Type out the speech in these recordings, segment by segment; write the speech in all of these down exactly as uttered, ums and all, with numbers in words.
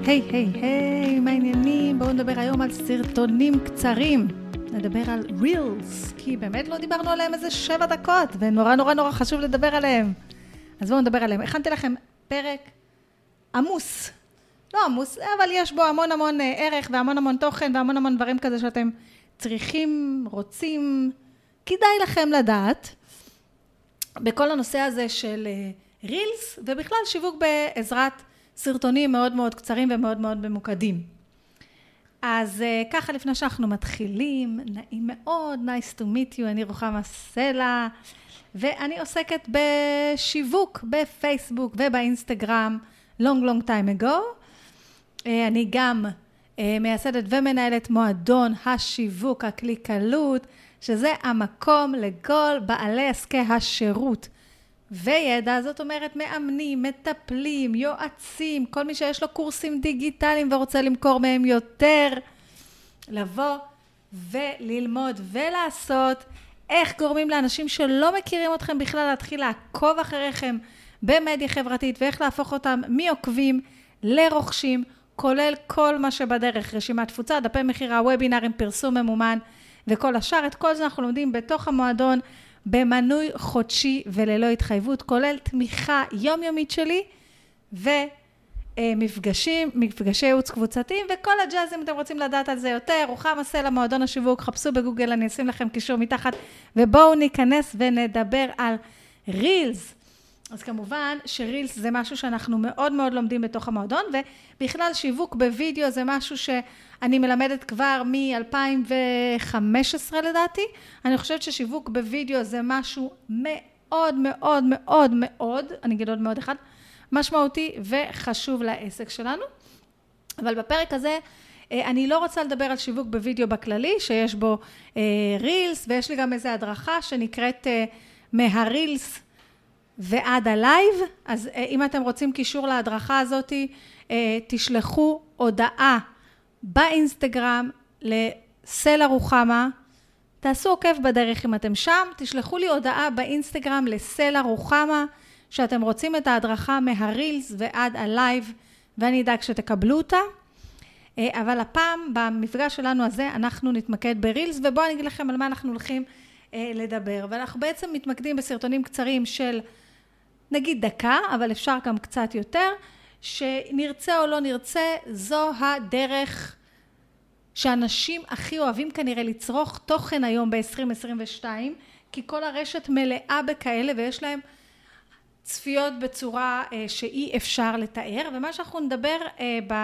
היי, היי, היי, מה העניינים? בואו נדבר היום על סרטונים קצרים. נדבר על רילס, כי באמת לא דיברנו עליהם איזה שבע דקות, ונורא נורא נורא חשוב לדבר עליהם. אז בואו נדבר עליהם. הכנתי לכם פרק עמוס. לא עמוס, אבל יש בו המון המון ערך, והמון המון תוכן, והמון המון דברים כזה שאתם צריכים, רוצים, כדאי לכם לדעת, בכל הנושא הזה של רילס, ובכלל שיווק בעזרת סרטונים מאוד מאוד קצרים ומאוד מאוד ממוקדים. אז ככה לפני שאנחנו מתחילים, נעים מאוד, nice to meet you, אני רוחמה סלע, ואני עוסקת בשיווק בפייסבוק ובאינסטגרם long long time ago. אני גם מייסדת ומנהלת מועדון השיווק הקליקלות, שזה המקום לכל בעלי עסקי השירות וידע, זאת אומרת מאמנים, מטפלים, יועצים, כל מי שיש לו קורסים דיגיטליים ורוצה למכור מהם יותר, לבוא וללמוד ולעשות איך גורמים לאנשים שלא מכירים אתכם בכלל להתחיל לעקוב אחריכם במדיה חברתית, ואיך להפוך אותם מעוקבים לרוכשים, כולל כל מה שבדרך, רשימת תפוצה, דפי מחירה, וובינרים, פרסום ממומן וכל השאר. את כל זה אנחנו לומדים בתוך המועדון במנוי חודשי וללא התחייבות, כולל תמיכה יומיומית שלי ומפגשים, מפגשי ייעוץ קבוצתיים וכל הג'אז. אם אתם רוצים לדעת על זה יותר, רוחמה סלע, מועדון השיווק, חפשו בגוגל, אני אשים לכם קישור מתחת, ובואו ניכנס ונדבר על רילס. אז כמובן שרילס זה משהו שאנחנו מאוד מאוד לומדים בתוך המועדון, ובכלל שיווק בווידאו זה משהו שאני מלמדת כבר מ-אלפיים וחמש עשרה לדעתי. אני חושבת ששיווק בווידאו זה משהו מאוד מאוד מאוד מאוד, אני אגיד עוד מאוד אחד, משמעותי וחשוב לעסק שלנו. אבל בפרק הזה אני לא רוצה לדבר על שיווק בווידאו בכללי, שיש בו רילס, ויש לי גם איזו הדרכה שנקראת מהרילס ועד הלייב. אז אם אתם רוצים קישור להדרכה הזאת, תשלחו הודעה באינסטגרם לסלע רוחמה, תעשו עוקב בדרך אם אתם שם, תשלחו לי הודעה באינסטגרם לסלע רוחמה, שאתם רוצים את ההדרכה מהרילס ועד הלייב, ואני אדאג שתקבלו אותה. אבל הפעם במפגש שלנו הזה אנחנו נתמקד ברילס, ובואו אני אגיד לכם על מה אנחנו הולכים לדבר. ואנחנו בעצם מתמקדים בסרטונים קצרים של נגיד דקה, אבל אפשר גם קצת יותר, שנרצה או לא נרצה, זו הדרך שאנשים הכי אוהבים כנראה לצרוך תוכן היום ב-עשרים עשרים ושתיים, כי כל הרשת מלאה בכאלה ויש להם צפיות בצורה שאי אפשר לתאר. ומה שאנחנו נדבר ב...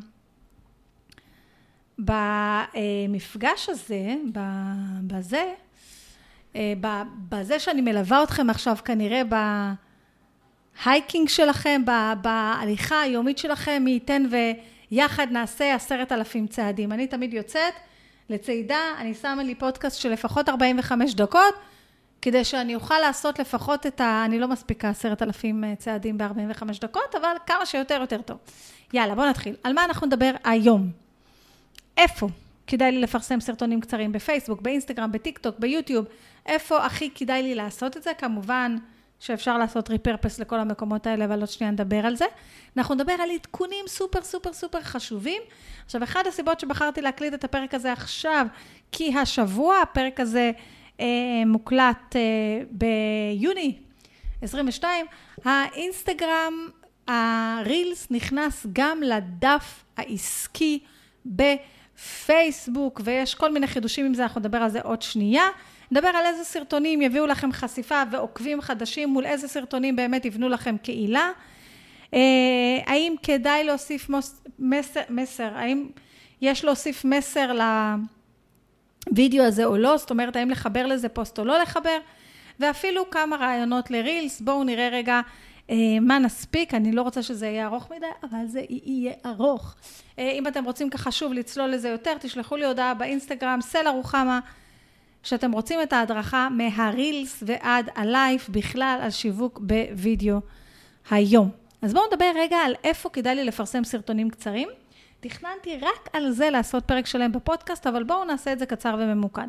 במפגש הזה, בזה, בזה שאני מלווה אתכם עכשיו כנראה בהייקינג שלכם, בהליכה היומית שלכם, מי ייתן ויחד נעשה עשרת אלפים צעדים. אני תמיד יוצאת לצעידה, אני שמה לי פודקאסט של לפחות ארבעים וחמש דקות, כדי שאני אוכל לעשות לפחות את ה... אני לא מספיקה עשרת אלפים צעדים ב-ארבעים וחמש דקות, אבל כמה שיותר יותר טוב. יאללה, בואו נתחיל. על מה אנחנו נדבר היום? איפה כדאי לי לפרסם סרטונים קצרים? בפייסבוק, באינסטגרם, בטיק טוק, ביוטיוב. איפה הכי כדאי לי לעשות את זה? כמובן שאפשר לעשות ריפרפס לכל המקומות האלה, אבל עוד שנייה נדבר על זה. אנחנו נדבר על עדכונים סופר סופר סופר חשובים. עכשיו, אחד הסיבות שבחרתי להקליט את הפרק הזה עכשיו, כי השבוע הפרק הזה אה, מוקלט אה, ביוני עשרים ושתיים, האינסטגרם, הרילס נכנס גם לדף העסקי בפייסבוק, ויש כל מיני חידושים עם זה, אנחנו נדבר על זה עוד שנייה. נדבר על איזה סרטונים יביאו לכם חשיפה ועוקבים חדשים, מול איזה סרטונים באמת יבנו לכם קהילה. האם כדאי להוסיף מסר, מסר, האם יש להוסיף מסר לוידאו הזה או לא, זאת אומרת, האם לחבר לזה פוסט או לא לחבר, ואפילו כמה רעיונות לרילס. בואו נראה רגע מה נספיק. אני לא רוצה שזה יהיה ארוך מדי, אבל זה יהיה ארוך. אם אתם רוצים ככה שוב לצלול לזה יותר, תשלחו לי הודעה באינסטגרם, סלע רוחמה, שאתם רוצים את ההדרכה מהרילס ועד הלייב בכלל על שיווק בווידאו היום. אז בואו נדבר רגע על איפה כדאי לי לפרסם סרטונים קצרים. תכננתי רק על זה לעשות פרק שלם בפודקאסט, אבל בואו נעשה את זה קצר וממוקד.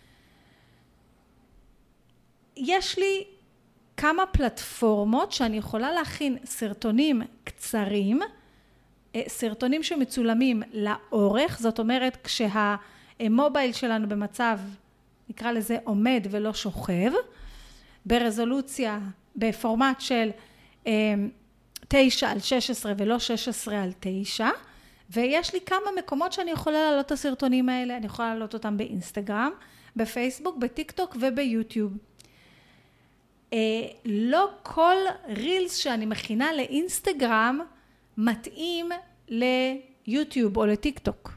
יש לי כמה פלטפורמות שאני יכולה להכין סרטונים קצרים סרטונים שמצולמים לאורך, זאת אומרת כשהמובייל שלנו במצב, נקרא לזה עומד ולא שוכב, ברזולוציה, בפורמט של תשע על שש עשרה ולא שש עשרה על תשע, ויש לי כמה מקומות שאני יכולה להעלות את הסרטונים האלה, אני יכולה להעלות אותם באינסטגרם, בפייסבוק, בטיק טוק וביוטיוב. לא כל רילס שאני מכינה לאינסטגרם מתאים ליוטיוב או לטיק טוק.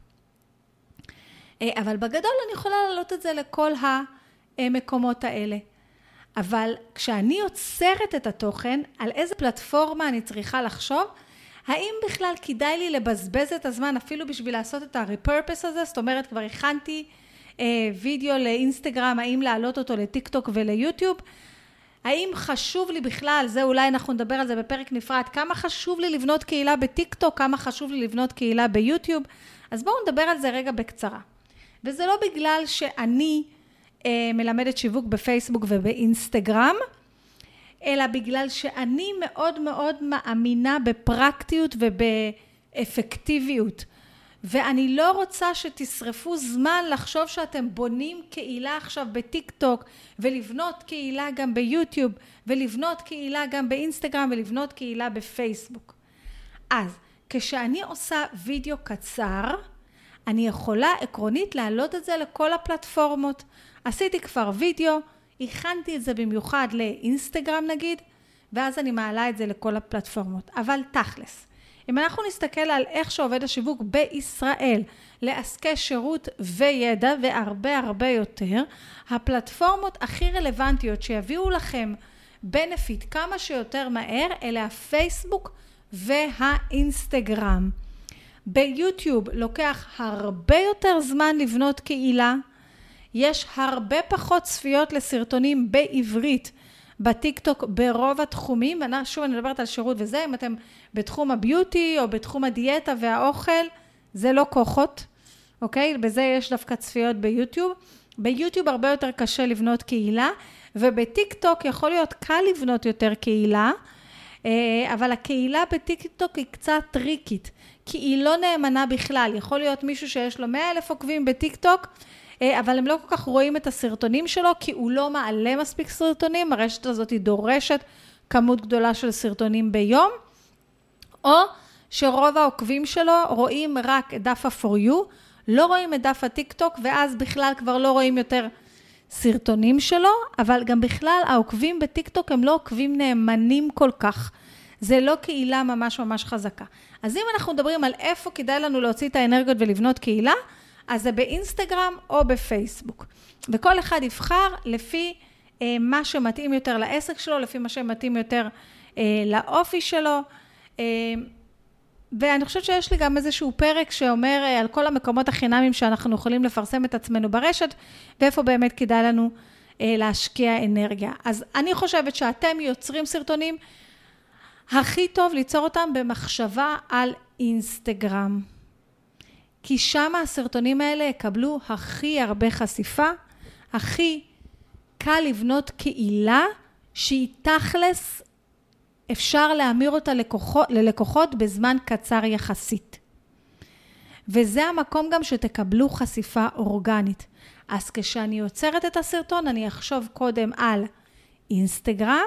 אבל בגדול אני יכולה להעלות את זה לכל המקומות האלה. אבל כשאני יוצרת את התוכן, על איזה פלטפורמה אני צריכה לחשוב, האם בכלל כדאי לי לבזבז את הזמן אפילו בשביל לעשות את ה-repurpose הזה? זאת אומרת, כבר הכנתי אה, וידאו לאינסטגרם, האם להעלות אותו לטיק טוק וליוטיוב? האם חשוב לי בכלל, זה אולי אנחנו נדבר על זה בפרק נפרד, כמה חשוב לי לבנות קהילה בטיק טוק, כמה חשוב לי לבנות קהילה ביוטיוב? אז בואו נדבר על זה רגע בקצרה. וזה לא בגלל שאני אה, מלמדת שיווק בפייסבוק ובאינסטגרם, אלא בגלל שאני מאוד מאוד מאמינה בפרקטיות ובאפקטיביות. ואני לא רוצה שתשרפו זמן לחשוב שאתם בונים קהילה עכשיו בטיק טוק, ולבנות קהילה גם ביוטיוב, ולבנות קהילה גם באינסטגרם, ולבנות קהילה בפייסבוק. אז כשאני עושה וידאו קצר, אני יכולה עקרונית להעלות את זה לכל הפלטפורמות. עשיתי כבר וידאו, הכנתי את זה במיוחד לאינסטגרם נגיד, ואז אני מעלה את זה לכל הפלטפורמות. אבל תכלס, אם אנחנו נסתכל על איך שעובד השיווק בישראל, לעסקי שירות וידע והרבה הרבה יותר, הפלטפורמות הכי רלוונטיות שיביאו לכם בנפיט כמה שיותר מהר, אלה הפייסבוק והאינסטגרם. ביוטיוב לוקח הרבה יותר זמן לבנות קהילה, יש הרבה פחות צפיות לסרטונים בעברית, בטיק טוק ברוב התחומים, שוב אני מדברת על שירות וזה, אם אתם בתחום הביוטי או בתחום הדיאטה והאוכל, זה לא כוחות, אוקיי? בזה יש דווקא צפיות ביוטיוב. ביוטיוב הרבה יותר קשה לבנות קהילה, ובטיק טוק יכול להיות קל לבנות יותר קהילה, אבל הקהילה בטיק טוק היא קצת טריקית, כי היא לא נאמנה בכלל. יכול להיות מישהו שיש לו מאה אלף עוקבים בטיק טוק, אבל הם לא כל כך רואים את הסרטונים שלו, כי הוא לא מעלה מספיק סרטונים, הרשת הזאת היא דורשת כמות גדולה של סרטונים ביום, או שרוב העוקבים שלו רואים רק את דף ה-for you, לא רואים את דף הטיק טוק, ואז בכלל כבר לא רואים יותר סרטונים שלו, אבל גם בכלל העוקבים בטיק טוק הם לא עוקבים נאמנים כל כך, זה לא קהילה ממש ממש חזקה. אז אם אנחנו מדברים על איפה כדאי לנו להוציא את האנרגיות ולבנות קהילה, אז זה באינסטגרם או בפייסבוק. וכל אחד יבחר לפי אה, מה שמתאים יותר לעסק שלו, לפי מה שמתאים יותר אה, לאופי שלו. אה, ואני חושבת שיש לי גם איזשהו פרק שאומר אה, על כל המקומות החינמיים שאנחנו יכולים לפרסם את עצמנו ברשת, ואיפה באמת כדאי לנו אה, להשקיע אנרגיה. אז אני חושבת שאתם יוצרים סרטונים, הכי טוב ליצור אותם במחשבה על אינסטגרם. כי שם הסרטונים האלה יקבלו הכי הרבה חשיפה, הכי קל לבנות קהילה שהיא תכלס אפשר להמיר אותה לקוחות, ללקוחות בזמן קצר יחסית. וזה המקום גם שתקבלו חשיפה אורגנית. אז כשאני יוצרת את הסרטון, אני אחשוב קודם על אינסטגרם,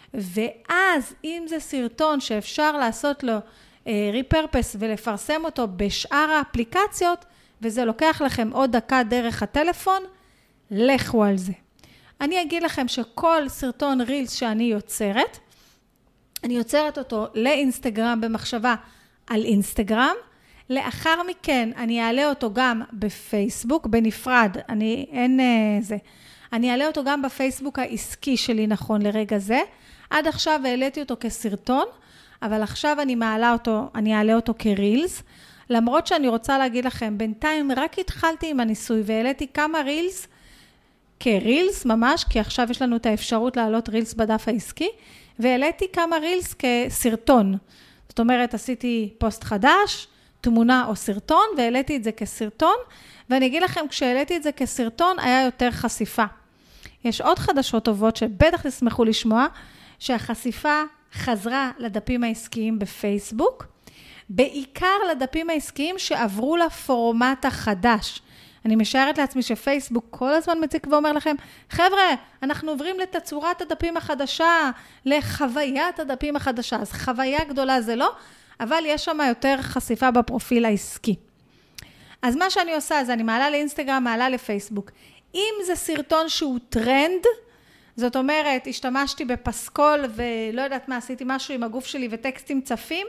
ואז אם זה סרטון שאפשר לעשות לו ריפרפס ולפרסם אותו בשאר האפליקציות, וזה לוקח לכם עוד דקה דרך הטלפון, לכו על זה. אני אגיד לכם שכל סרטון רילס שאני יוצרת, אני יוצרת אותו לאינסטגרם במחשבה על אינסטגרם, לאחר מכן אני אעלה אותו גם בפייסבוק, בנפרד, אני אין זה. אני אעלה אותו גם בפייסבוק העסקי שלי נכון לרגע זה. עד עכשיו העליתי אותו כסרטון, אבל עכשיו אני מעלה אותו, אני אעלה אותו כרילס, למרות שאני רוצה להגיד לכם, בינתיים רק התחלתי עם הניסוי, והעליתי כמה רילס, כרילס ממש, כי עכשיו יש לנו את האפשרות לעלות רילס בדף העסקי, והעליתי כמה רילס כסרטון. זאת אומרת, עשיתי פוסט חדש, תמונה או סרטון, והעליתי את זה כסרטון, ואני אגיד לכם, כשהעליתי את זה כסרטון, היה יותר חשיפה. יש עוד חדשות טובות שבטח תשמחו לשמוע, שהחשיפה חזרה לדפים העסקיים בפייסבוק, בעיקר לדפים העסקיים שעברו לפורמט החדש. אני משערת לעצמי שפייסבוק כל הזמן מציג ואומר לכם, חבר'ה, אנחנו עוברים לתצורת הדפים החדשה, לחוויית הדפים החדשה. אז חוויה גדולה זה לא, אבל יש שם יותר חשיפה בפרופיל העסקי. אז מה שאני עושה זה אני מעלה לאינסטגרם, מעלה לפייסבוק. אם זה סרטון שהוא טרנד, זאת אומרת, השתמשתי בפסקול ולא יודעת מה, עשיתי משהו עם הגוף שלי וטקסטים צפים,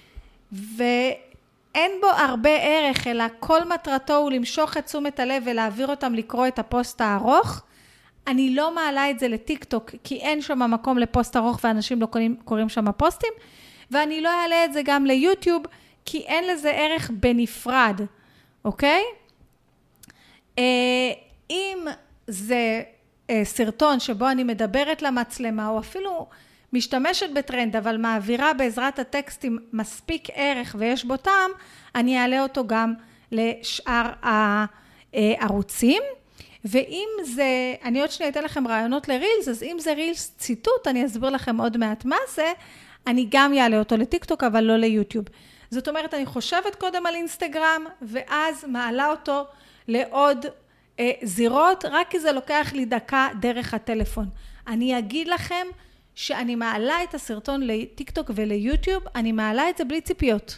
ואין בו הרבה ערך, אלא כל מטרתו הוא למשוך את תשומת הלב ולהעביר אותם לקרוא את הפוסט הארוך. אני לא מעלה את זה לטיק טוק, כי אין שם מקום לפוסט ארוך ואנשים לא קוראים, קוראים שם פוסטים, ואני לא אעלה את זה גם ליוטיוב, כי אין לזה ערך בנפרד, אוקיי? אם זה סרטון שבו אני מדברת למצלמה, או אפילו משתמשת בטרנד, אבל מעבירה בעזרת הטקסטים מספיק ערך ויש בו טעם, אני אעלה אותו גם לשאר הערוצים. ואם זה, אני עוד שנייה אתן לכם רעיונות לרילס, אז אם זה רילס ציטוט, אני אסביר לכם עוד מעט מה זה, אני גם אעלה אותו לטיקטוק, אבל לא ליוטיוב. זאת אומרת, אני חושבת קודם על אינסטגרם, ואז מעלה אותו לעוד אה, זירות, רק כי זה לוקח לי דקה דרך הטלפון. אני אגיד לכם שאני מעלה את הסרטון לטיקטוק וליוטיוב, אני מעלה את זה בלי ציפיות.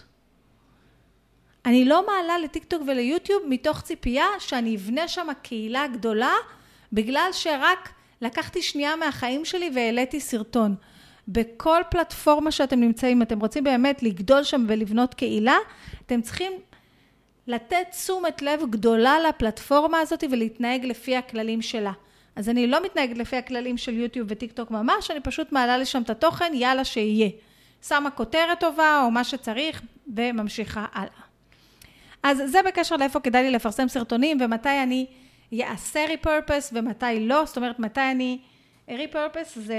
אני לא מעלה לטיקטוק וליוטיוב מתוך ציפייה שאני אבנה שם קהילה גדולה, בגלל שרק לקחתי שנייה מהחיים שלי והעליתי סרטון. בכל פלטפורמה שאתם נמצאים, אתם רוצים באמת לגדול שם ולבנות קהילה, אתם צריכים לתת תשומת לב גדולה לפלטפורמה הזאת ולהתנהג לפי הכללים שלה. אז אני לא מתנהגת לפי הכללים של יוטיוב וטיקטוק ממש, אני פשוט מעלה לשם את התוכן, יאללה שיהיה. שמה כותרת טובה או מה שצריך וממשיכה הלאה. אז זה בקשר לאיפה כדאי לי לפרסם סרטונים ומתי אני יעשה repurpose ומתי לא, זאת אומרת מתי אני, repurpose זה,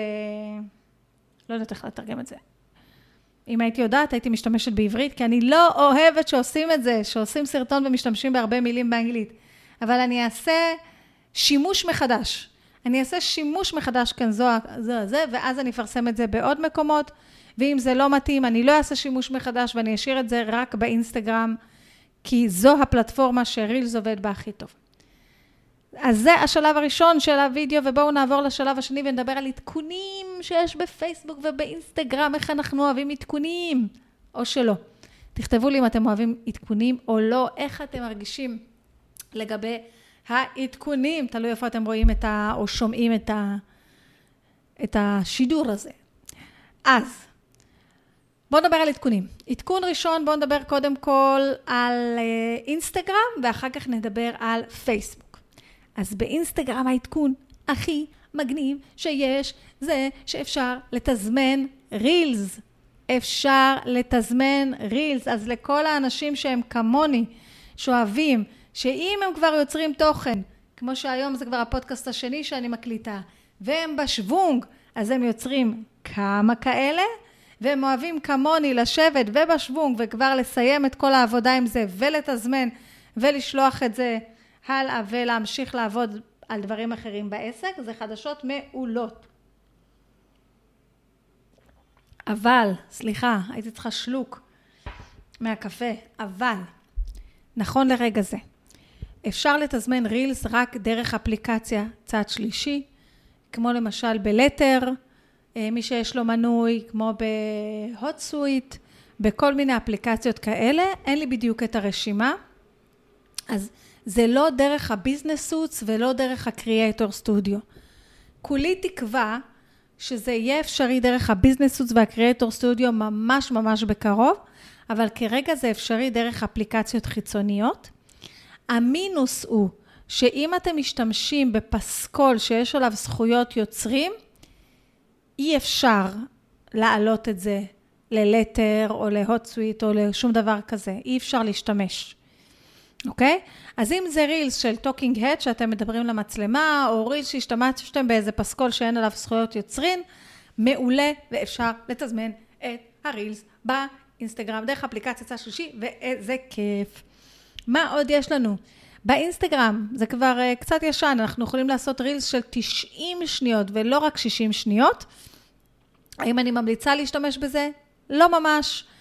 לא יודעת איך לתרגם את זה. אם הייתי יודעת, הייתי משתמשת בעברית, כי אני לא אוהבת שעושים את זה, שעושים סרטון ומשתמשים בהרבה מילים באנגלית. אבל אני אעשה שימוש מחדש. אני אעשה שימוש מחדש כאן זו, זו, זה, ואז אני אפרסם את זה בעוד מקומות, ואם זה לא מתאים, אני לא אעשה שימוש מחדש, ואני אשאיר את זה רק באינסטגרם, כי זו הפלטפורמה שרילס עובד בה הכי טוב. אז זה השלב הראשון של הוידאו, ובואו נעבור לשלב השני ונדבר על עדכונים שיש בפייסבוק ובאינסטגרם, איך אנחנו אוהבים עדכונים, או שלא. תכתבו לי אם אתם אוהבים עדכונים או לא, איך אתם מרגישים לגבי העדכונים, תלוי איפה אתם רואים את ה, או שומעים את, ה, את השידור הזה. אז, בואו נדבר על עדכונים. עדכון ראשון, בואו נדבר קודם כל על אינסטגרם, ואחר כך נדבר על פייסבוק. אז באינסטגרם העדכון הכי מגניב שיש, זה שאפשר לתזמן רילס. אפשר לתזמן רילס. אז לכל האנשים שהם כמוני, שאוהבים, שאם הם כבר יוצרים תוכן, כמו שהיום זה כבר הפודקאסט השני שאני מקליטה, והם בשוונג, אז הם יוצרים כמה כאלה, והם אוהבים כמוני לשבת ובשוונג, וכבר לסיים את כל העבודה עם זה, ולתזמן, ולשלוח את זה הלאה, ולהמשיך לעבוד על דברים אחרים בעסק, זה חדשות מעולות. אבל, סליחה, הייתי צריכה שלוק מהקפה, אבל, נכון לרגע זה, אפשר לתזמן רילס רק דרך אפליקציה צד שלישי, כמו למשל בלטר, מי שיש לו מנוי, כמו בהוטסוויט, בכל מיני אפליקציות כאלה, אין לי בדיוק את הרשימה, אז זה לא דרך הביזנס סוטס ולא דרך הקריאייטור סטודיו. כולי תקווה שזה יהיה אפשרי דרך הביזנס סוטס והקריאייטור סטודיו ממש ממש בקרוב, אבל כרגע זה אפשרי דרך אפליקציות חיצוניות. המינוס הוא שאם אתם משתמשים בפסקול שיש עליו זכויות יוצרים, אי אפשר להעלות את זה ללטר או להוטסוויט או לשום דבר כזה. אי אפשר להשתמש. אוקיי? אז אם זה רילס של טוקינג הד שאתם מדברים למצלמה, או רילס שהשתמשתם באיזה פסקול שאין עליו זכויות יוצרים, מעולה ואפשר לתזמן את הרילס באינסטגרם דרך אפליקציה צד שלישי, וזה כיף. מה עוד יש לנו? באינסטגרם, זה כבר uh, קצת ישן, אנחנו יכולים לעשות רילס של תשעים שניות ולא רק שישים שניות. האם אני ממליצה להשתמש בזה? לא ממש.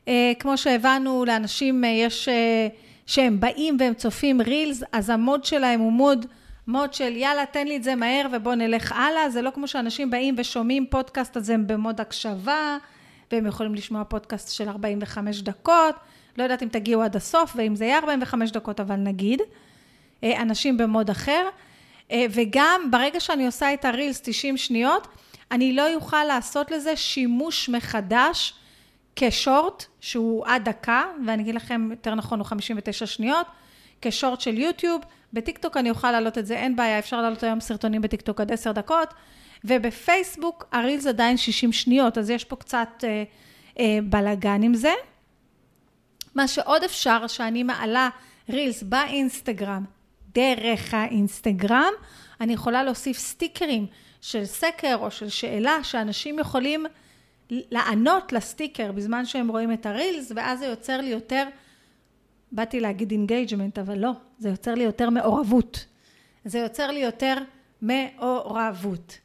כמו שהבנו, לאנשים יש, שהם באים והם צופים רילס, אז המוד שלהם הוא מוד, מוד של יאללה, תן לי את זה מהר ובוא נלך הלאה. זה לא כמו שאנשים באים ושומעים פודקאסט, אז הם במוד הקשבה, והם יכולים לשמוע פודקאסט של ארבעים וחמש דקות. לא יודעת אם תגיעו עד הסוף, ואם זה יהיה ארבעים וחמש דקות, אבל נגיד, אנשים במוד אחר. וגם ברגע שאני עושה את הרילס תשעים שניות, אני לא יוכל לעשות לזה שימוש מחדש כשורט, שהוא עד דקה, ואני אגיד לכם יותר נכון הוא חמישים ותשע שניות, כשורט של יוטיוב. בטיקטוק אני אוכל לעלות את זה, אין בעיה, אפשר לעלות היום סרטונים בטיקטוק עד עשר דקות, ובפייסבוק הרילס עדיין שישים שניות, אז יש פה קצת אה, אה, בלגן עם זה. מה שעוד אפשר, שאני מעלה רילס באינסטגרם, דרך האינסטגרם, אני יכולה להוסיף סטיקרים של סקר או של שאלה, שאנשים יכולים לענות לסטיקר בזמן שהם רואים את הרילס, ואז זה יוצר לי יותר, באתי להגיד אינגייג'מנט, אבל לא, זה יוצר לי יותר מעורבות. זה יוצר לי יותר מעורבות.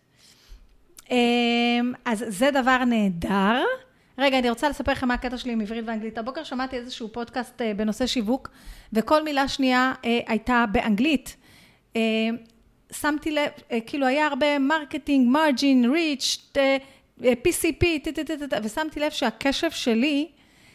אז זה דבר נהדר. רגע, אני רוצה לספר לכם מה הקטע שלי עם עברית ואנגלית. הבוקר שמעתי איזשהו פודקאסט בנושא שיווק, וכל מילה שנייה הייתה באנגלית. שמתי לב, כאילו היה הרבה מרקטינג, מרג'ין, ריץ', פי סי פי, ושמתי לב שהקשב שלי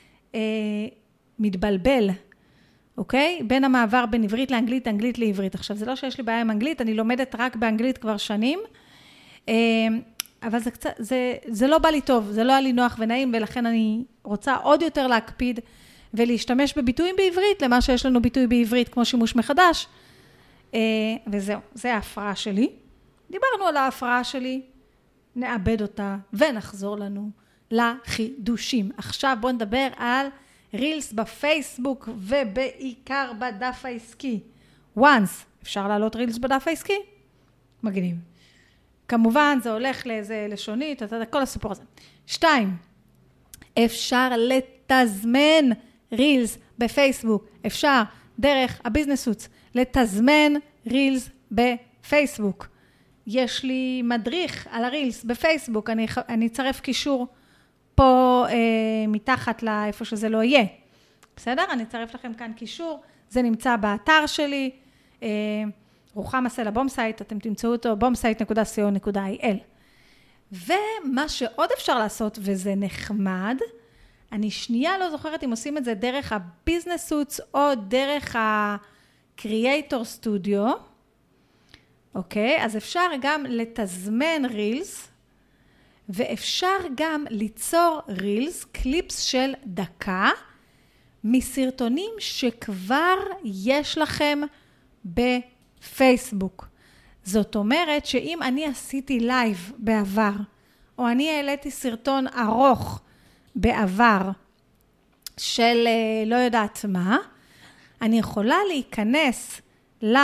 מתבלבל, אוקיי? בין המעבר בין עברית לאנגלית, אנגלית לעברית. עכשיו, זה לא שיש לי בעיה עם אנגלית, אני לומדת רק באנגלית כבר שנים, אבל זה קצת, זה, זה לא בא לי טוב, זה לא היה לי נוח ונעים, ולכן אני רוצה עוד יותר להקפיד ולהשתמש בביטויים בעברית, למה שיש לנו ביטוי בעברית כמו שימוש מחדש. וזהו, זה ההפרעה שלי. דיברנו על ההפרעה שלי, נאבד אותה ונחזור לנו לחידושים. עכשיו בואו נדבר על רילס בפייסבוק ובעיקר בדף העסקי. once, אפשר לעלות רילס בדף העסקי? מגניב. כמובן זה הולך לאיזה לשונית, כל הסיפור הזה. שתיים, אפשר לתזמן רילס בפייסבוק. אפשר דרך הביזנס סוץ לתזמן רילס בפייסבוק. יש לי מדריך על הרילס בפייסבוק, אני, אני אצרף קישור פה אה, מתחת לאיפה שזה לא יהיה. בסדר? אני אצרף לכם כאן קישור, זה נמצא באתר שלי, אה, רוחמה סלע בומסייט, אתם תמצאו אותו בומסייט נקודה סי או נקודה איי אל. ומה שעוד אפשר לעשות, וזה נחמד, אני שנייה לא זוכרת אם עושים את זה דרך הביזנס סוץ או דרך הקריאייטור סטודיו, אוקיי? אז אפשר גם לתזמן רילס, ואפשר גם ליצור רילס, קליפס של דקה, מסרטונים שכבר יש לכם בפייסבוק. זאת אומרת שאם אני עשיתי לייב בעבר, או אני העליתי סרטון ארוך בעבר, של לא יודעת מה, אני יכולה להיכנס ל...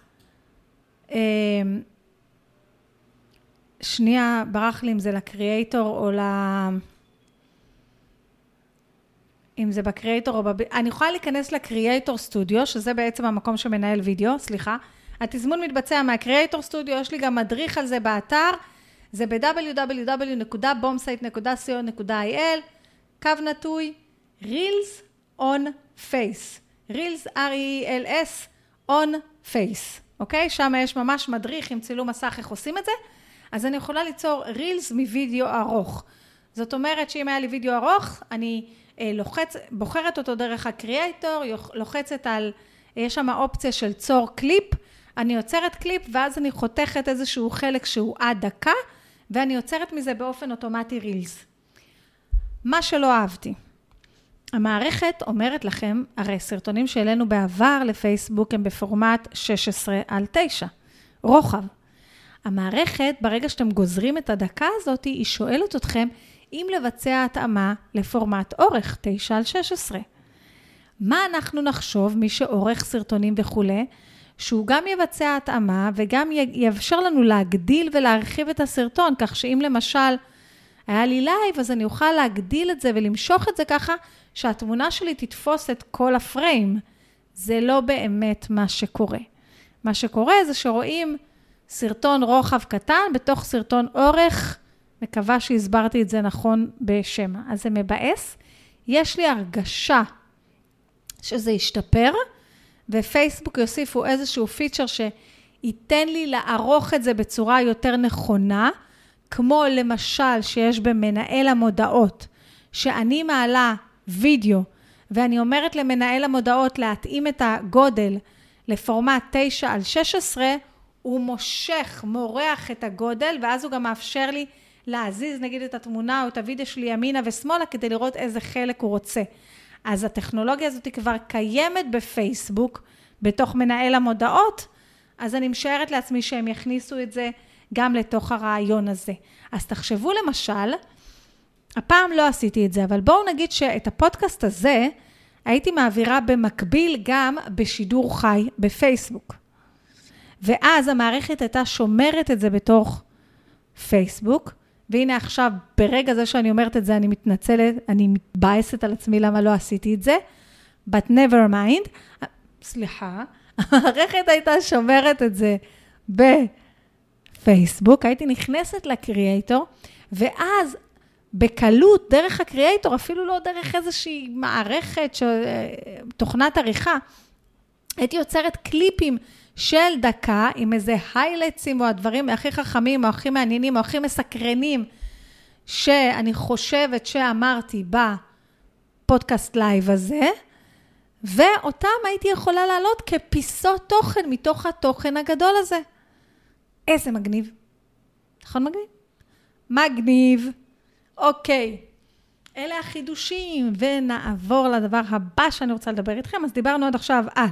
שנייה, ברח לי אם זה לקריאייטור או ל... אם זה בקריאייטור או בב... אני יכולה להיכנס לקריאייטור סטודיו, שזה בעצם המקום שמנהל וידאו, סליחה. התזמון מתבצע מהקריאייטור סטודיו, יש לי גם מדריך על זה באתר, זה ב-דאבליו דאבליו דאבליו נקודה בומסייט נקודה סי או נקודה איי אל, קו נטוי, Reels on Face. Reels, אר אי אל אס, on Face. אוקיי? שם יש ממש מדריך עם צילום מסך איך עושים את זה. אז אני יכולה ליצור רילס מווידאו ארוך. זאת אומרת שאם היה לי וידאו ארוך, אני אה, לוחץ, בוחרת אותו דרך הקריאייטור, לוחצת על, יש שם אופציה של צור קליפ, אני יוצרת קליפ ואז אני חותכת איזשהו חלק שהוא עד דקה, ואני יוצרת מזה באופן אוטומטי רילס. מה שלא אהבתי. המערכת אומרת לכם, הרי סרטונים שאלינו בעבר לפייסבוק הם בפורמט שש עשרה על תשע, רוחב. המערכת, ברגע שאתם גוזרים את הדקה הזאת, היא שואלת אתכם אם לבצע התאמה לפורמט אורך תשע על שש עשרה. מה אנחנו נחשוב, מי שעורך סרטונים וכו', שהוא גם יבצע התאמה וגם יאפשר לנו להגדיל ולהרחיב את הסרטון, כך שאם למשל היה לי לייב, אז אני אוכל להגדיל את זה ולמשוך את זה ככה, שהתמונה שלי תתפוס את כל הפריים. זה לא באמת מה שקורה. מה שקורה זה שרואים סרטון רוחב קטן בתוך סרטון אורך, מקווה שהסברתי את זה נכון בשמה. אז זה מבאס. יש לי הרגשה שזה ישתפר, ופייסבוק יוסיפו איזשהו פיצ'ר שייתן לי לערוך את זה בצורה יותר נכונה, כמו למשל שיש במנהל המודעות, שאני מעלה וידאו, ואני אומרת למנהל המודעות להתאים את הגודל לפורמט תשע על שש עשרה, הוא מושך, מורח את הגודל, ואז הוא גם מאפשר לי להזיז נגיד את התמונה או את הוידאו שלי ימינה ושמאלה, כדי לראות איזה חלק הוא רוצה. אז הטכנולוגיה הזאת כבר קיימת בפייסבוק, בתוך מנהל המודעות, אז אני משערת לעצמי שהם יכניסו את זה גם לתוך הרעיון הזה. אז תחשבו למשל, הפעם לא עשיתי את זה, אבל בואו נגיד שאת הפודקאסט הזה, הייתי מעבירה במקביל גם בשידור חי בפייסבוק. ואז המערכת הייתה שומרת את זה בתוך פייסבוק, והנה עכשיו, ברגע זה שאני אומרת את זה, אני מתנצלת, אני מתבאסת על עצמי למה לא עשיתי את זה, but never mind, סליחה, המערכת הייתה שומרת את זה בפייסבוק, הייתי נכנסת לקריאייטור, ואז בקלות, דרך הקריאייטור, אפילו לא דרך איזושהי מערכת, ש... תוכנת עריכה, הייתי יוצרת קליפים של דקה, עם איזה היילייטסים, או הדברים הכי חכמים, או הכי מעניינים, או הכי מסקרנים, שאני חושבת שאמרתי בפודקאסט לייב הזה, ואותם הייתי יכולה לעלות כפיסות תוכן, מתוך התוכן הגדול הזה. איזה מגניב. נכון מגניב? מגניב. אוקיי. אלה החידושים, ונעבור לדבר הבא שאני רוצה לדבר איתכם. אז דיברנו עד עכשיו על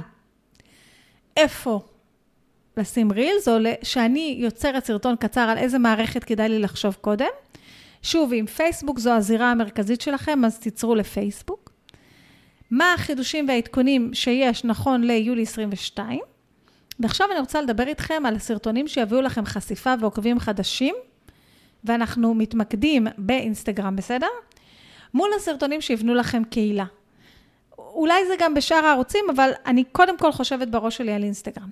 איפה לשים רילס, או שאני יוצרת סרטון קצר על איזה מערכת כדאי לי לחשוב קודם. שוב, אם פייסבוק זו הזירה המרכזית שלכם, אז תיצרו לפייסבוק. מה החידושים והעדכונים שיש נכון ליולי עשרים ושתיים. ועכשיו אני רוצה לדבר איתכם על הסרטונים שיביאו לכם חשיפה ועוקבים חדשים, ואנחנו מתמקדים באינסטגרם, בסדר? מול הסרטונים שיבנו לכם קהילה. אולי זה גם בשאר הערוצים, אבל אני קודם כל חושבת בראש שלי על אינסטגרם.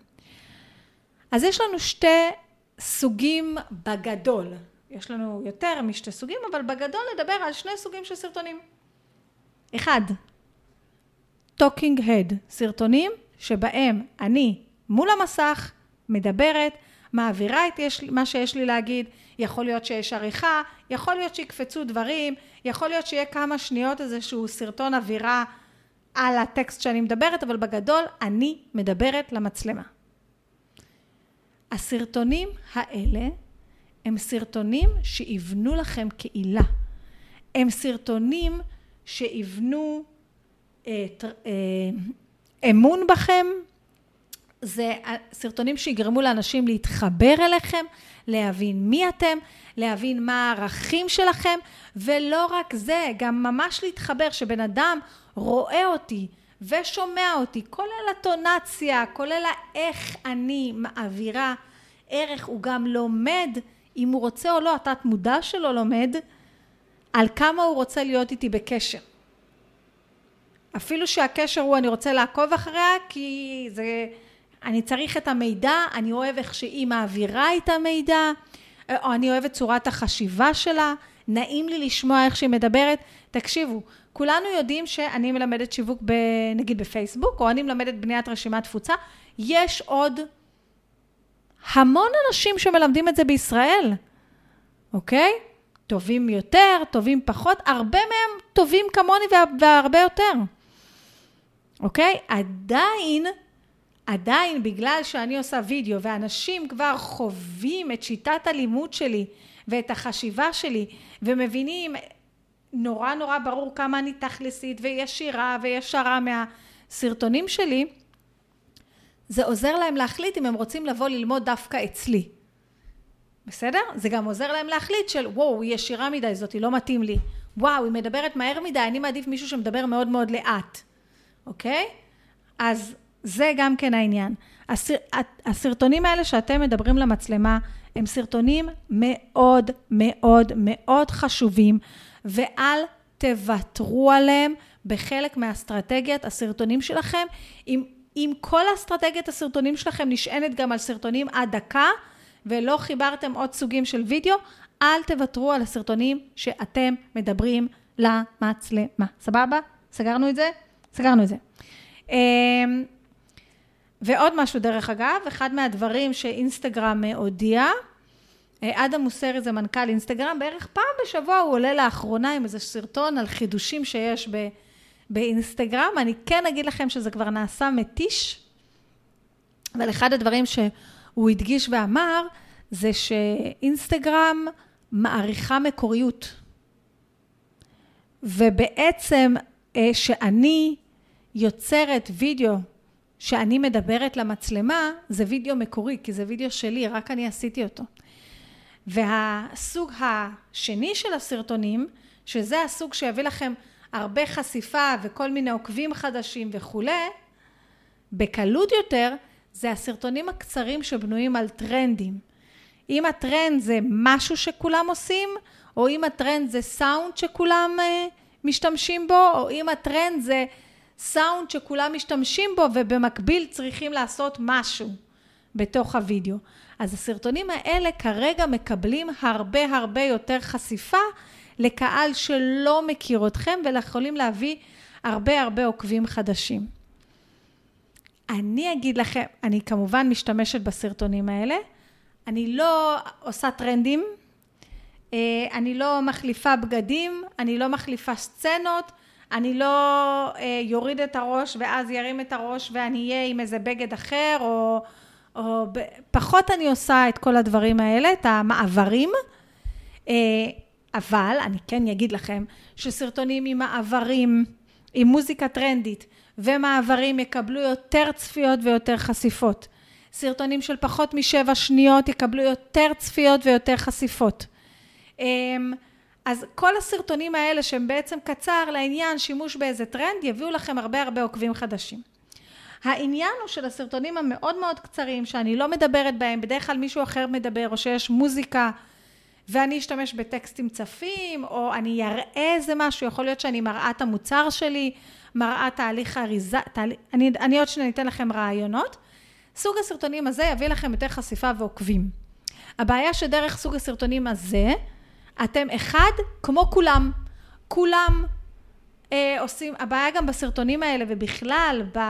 אז יש לנו שתי סוגים בגדול. יש לנו יותר משתי סוגים, אבל בגדול נדבר על שני סוגים של סרטונים. אחד, talking head, סרטונים שבהם אני מול המסך מדברת, מעבירה את יש, מה שיש לי להגיד, יכול להיות שיש עריכה, יכול להיות שיקפצו דברים, יכול להיות שיהיה כמה שניות איזשהו סרטון אווירה על הטקסט שאני מדברת, אבל בגדול אני מדברת למצלמה. הסרטונים האלה הם סרטונים שיבנו לכם קהילה. הם סרטונים שיבנו אה, אה, אמון בכם. זה סרטונים שיגרמו לאנשים להתחבר אליכם, להבין מי אתם, להבין מה הערכים שלכם, ולא רק זה, גם ממש להתחבר שבן אדם רואה אותי ושומע אותי, כולל הטונציה, כולל איך אני מעבירה ערך, הוא גם לומד, אם הוא רוצה או לא, התת מודע שלו לומד, על כמה הוא רוצה להיות איתי בקשר. אפילו שהקשר הוא, אני רוצה לעקוב אחריה, כי זה, אני צריך את המידע, אני אוהב איך שהיא מעבירה את המידע, או אני אוהב את צורת החשיבה שלה, נעים לי לשמוע איך שהיא מדברת. תקשיבו, כולנו יודעים שאני מלמדת שיווק, ב, נגיד בפייסבוק, או אני מלמדת בניית רשימת תפוצה, יש עוד המון אנשים שמלמדים את זה בישראל, אוקיי? טובים יותר, טובים פחות, הרבה מהם טובים כמוני והרבה יותר. אוקיי? עדיין, עדיין בגלל שאני עושה וידאו ואנשים כבר חווים את שיטת הלימוד שלי ואת החשיבה שלי ומבינים נורא נורא ברור כמה אני תכלסית וישירה וישרה מהסרטונים שלי, זה עוזר להם להחליט אם הם רוצים לבוא ללמוד דווקא אצלי. בסדר? זה גם עוזר להם להחליט של וואו, היא ישירה מדי, זאת היא לא מתאים לי. וואו, היא מדברת מהר מדי, אני מעדיף מישהו שמדבר מאוד מאוד לאט. אוקיי? אז זה גם כן העניין. הסר, הסרטונים האלה שאתם מדברים למצלמה, הם סרטונים מאוד מאוד מאוד חשובים, ואל תוותרו עליהם בחלק מהאסטרטגיית הסרטונים שלכם. אם, אם כל האסטרטגיית הסרטונים שלכם נשענת גם על סרטונים עד דקה, ולא חיברתם עוד סוגים של וידאו, אל תוותרו על הסרטונים שאתם מדברים למצלמה. סבבה? סגרנו את זה? סגרנו את זה. ועוד משהו דרך אגב, אחד מהדברים שאינסטגרם הודיע, אדם מוסרי זה מנכ"ל אינסטגרם, בערך פעם בשבוע הוא עולה לאחרונה עם איזה סרטון על חידושים שיש ב, באינסטגרם, אני כן אגיד לכם שזה כבר נעשה מתיש, אבל אחד הדברים שהוא הדגיש ואמר, זה שאינסטגרם מעריכה מקוריות, ובעצם שאני יוצרת וידאו, שאני מדברת למצלמה, זה וידאו מקורי, כי זה וידאו שלי, רק אני עשיתי אותו. והסוג השני של הסרטונים, שזה הסוג שיביא לכם הרבה חשיפה וכל מיני עוקבים חדשים וכו', בקלות יותר, זה הסרטונים הקצרים שבנויים על טרנדים. אם הטרנד זה משהו שכולם עושים, או אם הטרנד זה סאונד שכולם משתמשים בו, או אם הטרנד זה סאונד שכולם משתמשים בו, ובמקביל צריכים לעשות משהו בתוך הוידאו. אז הסרטונים האלה כרגע מקבלים הרבה הרבה יותר חשיפה לקהל שלא מכיר אתכם, ויכולים להביא הרבה הרבה עוקבים חדשים. אני אגיד לכם, אני כמובן משתמשת בסרטונים האלה, אני לא עושה טרנדים, אני לא מחליפה בגדים, אני לא מחליפה סצנות, אני לא יוריד את הראש ואז ירים את הראש ואני אהיה עם איזה בגד אחר, או, או פחות אני עושה את כל הדברים האלה, את המעברים, אבל אני כן אגיד לכם שסרטונים עם מעברים, עם מוזיקה טרנדית ומעברים יקבלו יותר צפיות ויותר חשיפות. סרטונים של פחות משבע שניות יקבלו יותר צפיות ויותר חשיפות. אז כל הסרטונים האלה שהם בעצם קצר לעניין שימוש באיזה טרנד, יביאו לכם הרבה הרבה עוקבים חדשים. העניין הוא של הסרטונים המאוד מאוד קצרים, שאני לא מדברת בהם, בדרך כלל מישהו אחר מדבר, או שיש מוזיקה, ואני אשתמש בטקסטים צפים, או אני אראה איזה משהו, יכול להיות שאני מראה את המוצר שלי, מראה תהליך האריזה, תהליך, אני, אני עוד שניה ניתן לכם רעיונות. סוג הסרטונים הזה יביא לכם יותר חשיפה ועוקבים. הבעיה שדרך סוג הסרטונים הזה, אתם אחד כמו כולם, כולם אה, עושים, הבעיה גם בסרטונים האלה ובכלל, ב,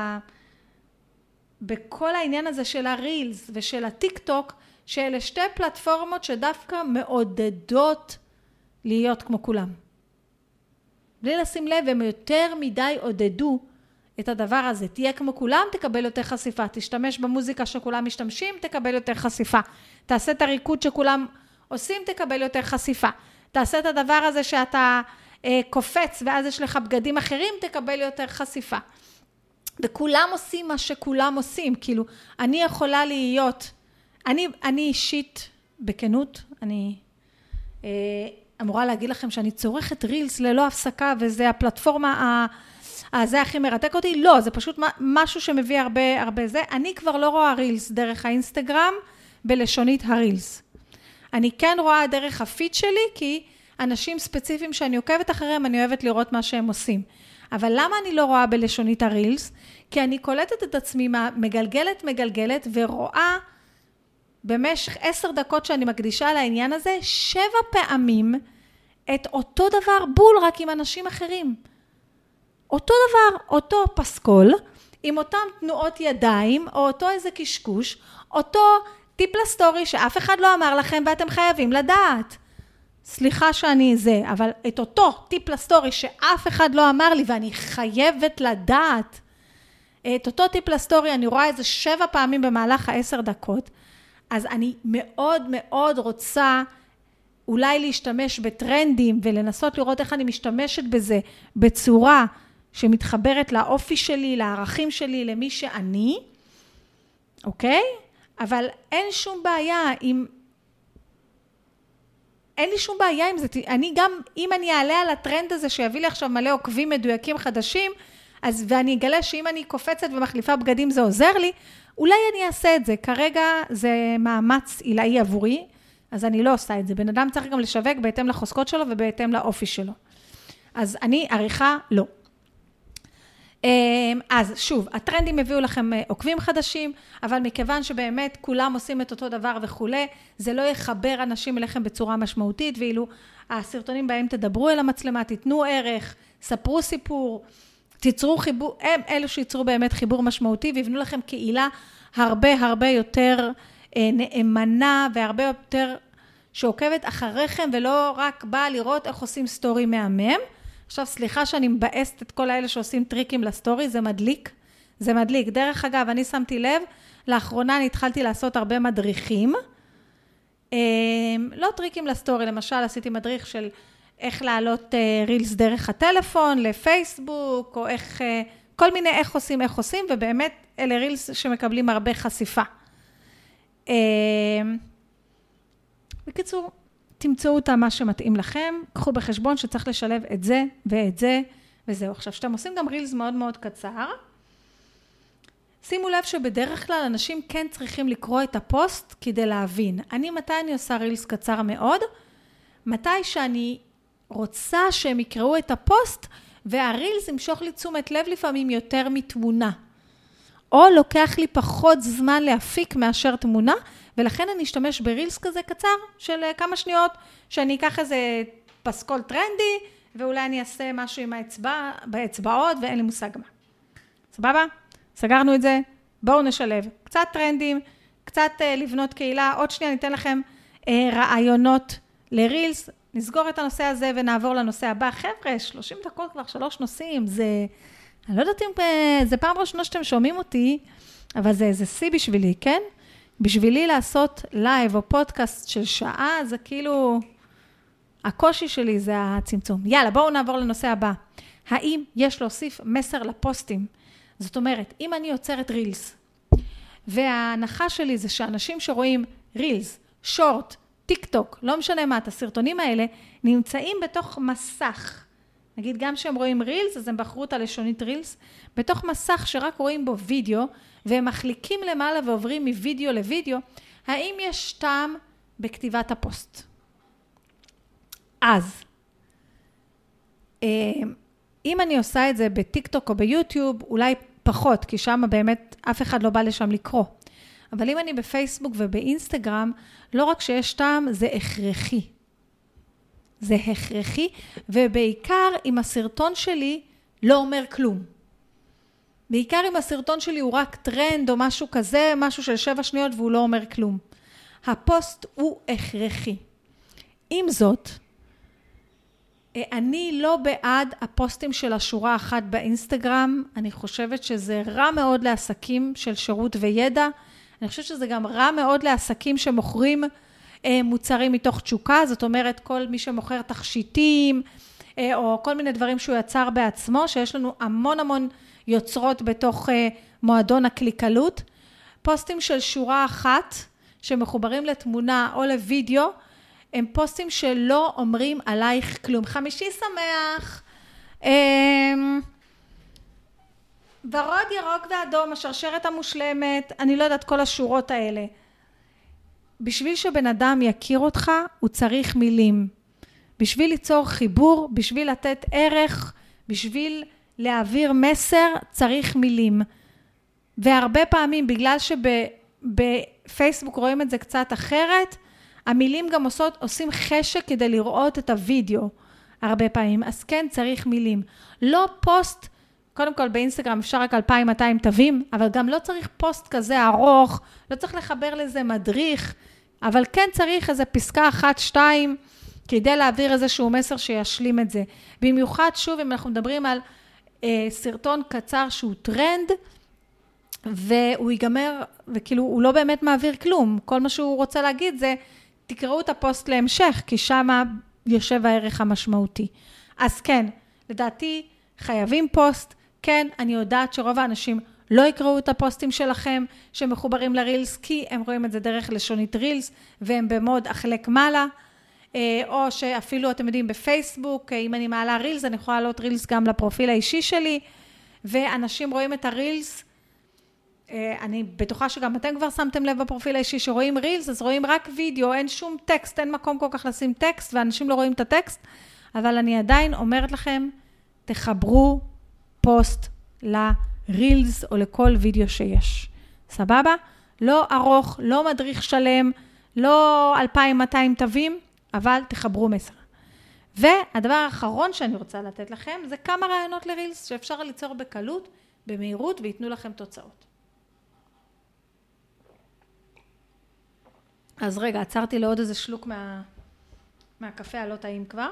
בכל העניין הזה של הרילס ושל הטיק טוק, שאלה שתי פלטפורמות שדווקא מעודדות להיות כמו כולם. בלי לשים לב, הם יותר מדי עודדו את הדבר הזה. תהיה כמו כולם, תקבל יותר חשיפה. תשתמש במוזיקה שכולם משתמשים, תקבל יותר חשיפה. תעשה את הריקוד שכולם עושים, תקבל יותר חשיפה. תעשה את הדבר הזה שאתה אה, קופץ, ואז יש לך בגדים אחרים, תקבל יותר חשיפה. וכולם עושים מה שכולם עושים. כאילו, אני יכולה להיות, אני, אני אישית, בכנות, אני אה, אמורה להגיד לכם שאני צורכת רילס ללא הפסקה, וזה הפלטפורמה ה... זה הכי מרתק אותי. לא, זה פשוט משהו שמביא הרבה, הרבה זה. אני כבר לא רואה רילס דרך האינסטגרם בלשונית הרילס. אני כן רואה דרך הפיד שלי, כי אנשים ספציפיים שאני עוקבת אחריהם, אני אוהבת לראות מה שהם עושים. אבל למה אני לא רואה בלשונית הרילס? כי אני קולטת את עצמי מגלגלת, מגלגלת, ורואה במשך עשר דקות שאני מקדישה לעניין הזה, שבע פעמים את אותו דבר בול, רק עם אנשים אחרים. אותו דבר, אותו פסקול, עם אותם תנועות ידיים, או אותו איזה קשקוש, אותו טיפ לסטורי שאף אחד לא אמר לכם, ואתם חייבים לדעת. סליחה שאני זה, אבל את אותו טיפ לסטורי שאף אחד לא אמר לי, ואני חייבת לדעת, את אותו טיפ לסטורי אני רואה איזה שבע פעמים במהלך העשר דקות, אז אני מאוד מאוד רוצה אולי להשתמש בטרנדים, ולנסות לראות איך אני משתמשת בזה, בצורה שמתחברת לאופי שלי, לערכים שלי, למי שאני, אוקיי? אבל אין שום בעיה עם, אין לי שום בעיה עם זה, אני גם, אם אני אעלה על הטרנד הזה שיביא לי עכשיו מלא עוקבים מדויקים חדשים, אז ואני אגלה שאם אני קופצת ומחליפה בגדים זה עוזר לי, אולי אני אעשה את זה, כרגע זה מאמץ עילאי עבורי, אז אני לא עושה את זה, בן אדם צריך גם לשווק בהתאם לחוזקות שלו ובהתאם לאופי שלו. אז אני עריכה לא. אז שוב, הטרנדים הביאו לכם עוקבים חדשים, אבל מכיוון שבאמת כולם עושים את אותו דבר וכו', זה לא יחבר אנשים אליכם בצורה משמעותית, ואילו הסרטונים בהם תדברו אל המצלמה, תיתנו ערך, ספרו סיפור, תיצרו חיבור, הם אלו שיצרו באמת חיבור משמעותי, ויבנו לכם קהילה הרבה הרבה יותר אה, נאמנה, והרבה יותר שעוקבת אחריכם, ולא רק באה לראות איך עושים סטורי מהמם. עכשיו, סליחה שאני מבאסת את כל האלה שעושים טריקים לסטורי, זה מדליק, זה מדליק. דרך אגב, אני שמתי לב, לאחרונה אני התחלתי לעשות הרבה מדריכים, אה, לא טריקים לסטורי, למשל עשיתי מדריך של איך לעלות אה, רילס דרך הטלפון, לפייסבוק, או איך, אה, כל מיני איך עושים, איך עושים, ובאמת אלה רילס שמקבלים הרבה חשיפה. אה, בקיצור, תמצאו אותה מה שמתאים לכם, קחו בחשבון שצריך לשלב את זה ואת זה, וזהו. עכשיו, שאתם עושים גם רילס מאוד מאוד קצר, שימו לב שבדרך כלל אנשים כן צריכים לקרוא את הפוסט כדי להבין. אני, מתי אני עושה רילס קצר מאוד? מתי שאני רוצה שהם יקראו את הפוסט, והרילס ימשוך לי תשומת לב לפעמים יותר מתמונה. או לוקח לי פחות זמן להפיק מאשר תמונה, ולכן אני אשתמש ברילס כזה קצר של כמה שניות, שאני אקח איזה פסקול טרנדי, ואולי אני אעשה משהו עם האצבע, באצבעות, ואין לי מושג מה. סבבה? סגרנו את זה, בואו נשלב. קצת טרנדים, קצת אה, לבנות קהילה, עוד שנייה ניתן לכם אה, רעיונות לרילס, נסגור את הנושא הזה ונעבור לנושא הבא. חבר'ה, שלושים דקות כבר שלוש נושאים, זה, אני לא יודעת אם זה פעם ראשונה שאתם שומעים אותי, אבל זה, זה סי בשבילי, כן? בשבילי לעשות לייב או פודקאסט של שעה, זה כאילו, הקושי שלי זה הצמצום. יאללה, בואו נעבור לנושא הבא. האם יש להוסיף מסר לפוסטים? זאת אומרת, אם אני יוצרת רילס, וההנחה שלי זה שאנשים שרואים רילס, שורט, טיק טוק, לא משנה מה, את הסרטונים האלה, נמצאים בתוך מסך. נגיד גם שהם רואים רילס, אז הם בחרו את הלשונית רילס, בתוך מסך שרק רואים בו וידאו, והם מחליקים למעלה ועוברים מוידאו לוידאו, האם יש טעם בכתיבת הפוסט? אז, אם אני עושה את זה בטיק טוק או ביוטיוב, אולי פחות, כי שם באמת אף אחד לא בא לשם לקרוא. אבל אם אני בפייסבוק ובאינסטגרם, לא רק שיש טעם, זה הכרחי. זה הכרחי, ובעיקר אם הסרטון שלי לא אומר כלום. בעיקר אם הסרטון שלי הוא רק טרנד או משהו כזה, משהו של שבע שניות והוא לא אומר כלום. הפוסט הוא הכרחי. עם זאת, אני לא בעד הפוסטים של השורה אחת באינסטגרם, אני חושבת שזה רע מאוד לעסקים של שירות וידע, אני חושבת שזה גם רע מאוד לעסקים שמוכרים מוצרים מתוך תשוקה, זאת אומרת כל מי שמוכר תכשיטים, או כל מיני דברים שהוא יצר בעצמו, שיש לנו המון המון יוצרות בתוך מועדון הקליקלות, פוסטים של שורה אחת שמחוברים לתמונה או לוידאו, הם פוסטים שלא אומרים עלייך כלום. חמישי שמח, ורוד ירוק ואדום, השרשרת המושלמת, אני לא יודעת כל השורות האלה. בשביל שבן אדם יכיר אותך, הוא צריך מילים. בשביל ליצור חיבור, בשביל לתת ערך, בשביל להעביר מסר, צריך מילים. והרבה פעמים, בגלל שבפייסבוק רואים את זה קצת אחרת, המילים גם עושות, עושים חשק כדי לראות את הוידאו הרבה פעמים. אז כן, צריך מילים. לא פוסט, קודם כל באינסטגרם אפשר רק אלפיים מאתיים תווים, אבל גם לא צריך פוסט כזה ארוך, לא צריך לחבר לזה מדריך, אבל כן צריך איזה פסקה אחת, שתיים, כדי להעביר איזשהו מסר שישלים את זה. במיוחד, שוב, אם אנחנו מדברים על אה, סרטון קצר שהוא טרנד, והוא ייגמר, וכאילו הוא לא באמת מעביר כלום. כל מה שהוא רוצה להגיד זה, תקראו את הפוסט להמשך, כי שם יושב הערך המשמעותי. אז כן, לדעתי חייבים פוסט, כן, אני יודעת שרוב האנשים לא יקראו את הפוסטים שלכם, שמחוברים לרילס, כי הם רואים את זה דרך לשונית רילס, והם במוד החלק מעלה, או שאפילו אתם יודעים בפייסבוק, אם אני מעלה רילס, אני יכולה לעלות רילס גם לפרופיל האישי שלי, ואנשים רואים את הרילס, אני בטוחה שגם אתם כבר שמתם לב בפרופיל האישי שרואים רילס, אז רואים רק וידאו, אין שום טקסט, אין מקום כל כך לשים טקסט, ואנשים לא רואים את הטקסט, אבל אני עדיין אומרת לכם, תחברו פוסט לרילס או לכל וידאו שיש. סבבה? לא ארוך, לא מדריך שלם, לא אלפיים מאתיים תווים, אבל תחברו מסר. והדבר האחרון שאני רוצה לתת לכם, זה כמה רעיונות לרילס שאפשר ליצור בקלות, במהירות, ויתנו לכם תוצאות. אז רגע, עצרתי לעוד איזה שלוק מה, מהקפה הלא טעים כבר.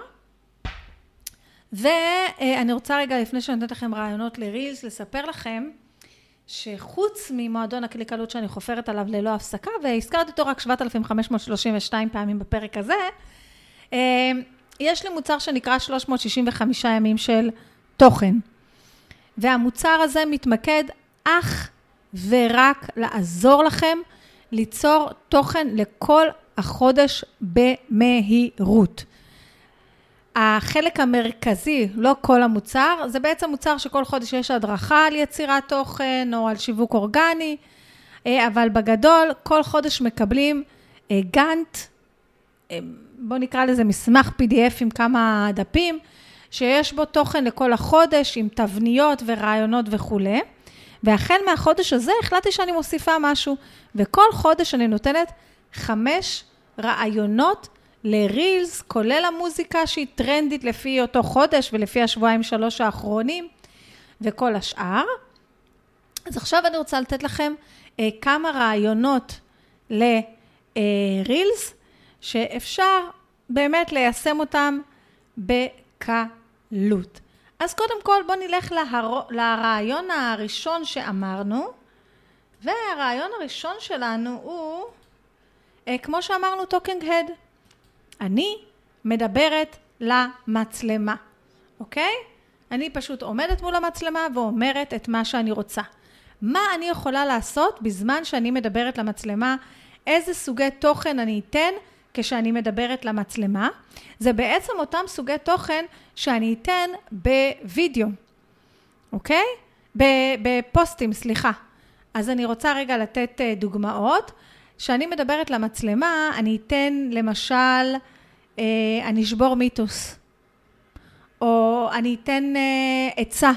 ואני רוצה רגע, לפני שאני נותנת לכם רעיונות לרילס, לספר לכם, שחוץ ממועדון הקליקלות שאני חופרת עליו ללא הפסקה, והזכרתי אותו רק שבעת אלפים חמש מאות שלושים ושתיים פעמים בפרק הזה, יש לי מוצר שנקרא שלוש מאות שישים וחמישה ימים של תוכן. והמוצר הזה מתמקד אך ורק לעזור לכם ליצור תוכן לכל החודש במהירות. החלק המרכזי, לא כל המוצר, זה בעצם מוצר שכל חודש יש הדרכה על יצירת תוכן או על שיווק אורגני, אבל בגדול כל חודש מקבלים גאנט, בוא נקרא לזה מסמך פי די אף עם כמה דפים, שיש בו תוכן לכל החודש עם תבניות ורעיונות וכו'. והחל מהחודש הזה החלטתי שאני מוסיפה משהו, וכל חודש אני נותנת חמש רעיונות לרילס, כולל המוזיקה שהיא טרנדית לפי אותו חודש ולפי השבועיים שלוש האחרונים וכל השאר. אז עכשיו אני רוצה לתת לכם אה, כמה רעיונות לרילס שאפשר באמת ליישם אותם בקלות. אז קודם כל בוא נלך להר... לרעיון הראשון שאמרנו, והרעיון הראשון שלנו הוא, אה, כמו שאמרנו, טוקינג הד. אני מדברת למצלמה, אוקיי? אני פשוט עומדת מול המצלמה ואומרת את מה שאני רוצה. מה אני יכולה לעשות בזמן שאני מדברת למצלמה? איזה סוגי תוכן אני אתן כשאני מדברת למצלמה? זה בעצם אותם סוגי תוכן שאני אתן בווידאו, אוקיי? בפוסטים, סליחה. אז אני רוצה רגע לתת דוגמאות. כשאני מדברת למצלמה, אני אתן למשל, אה, אני אשבור מיתוס, או אני אתן אה, עצה,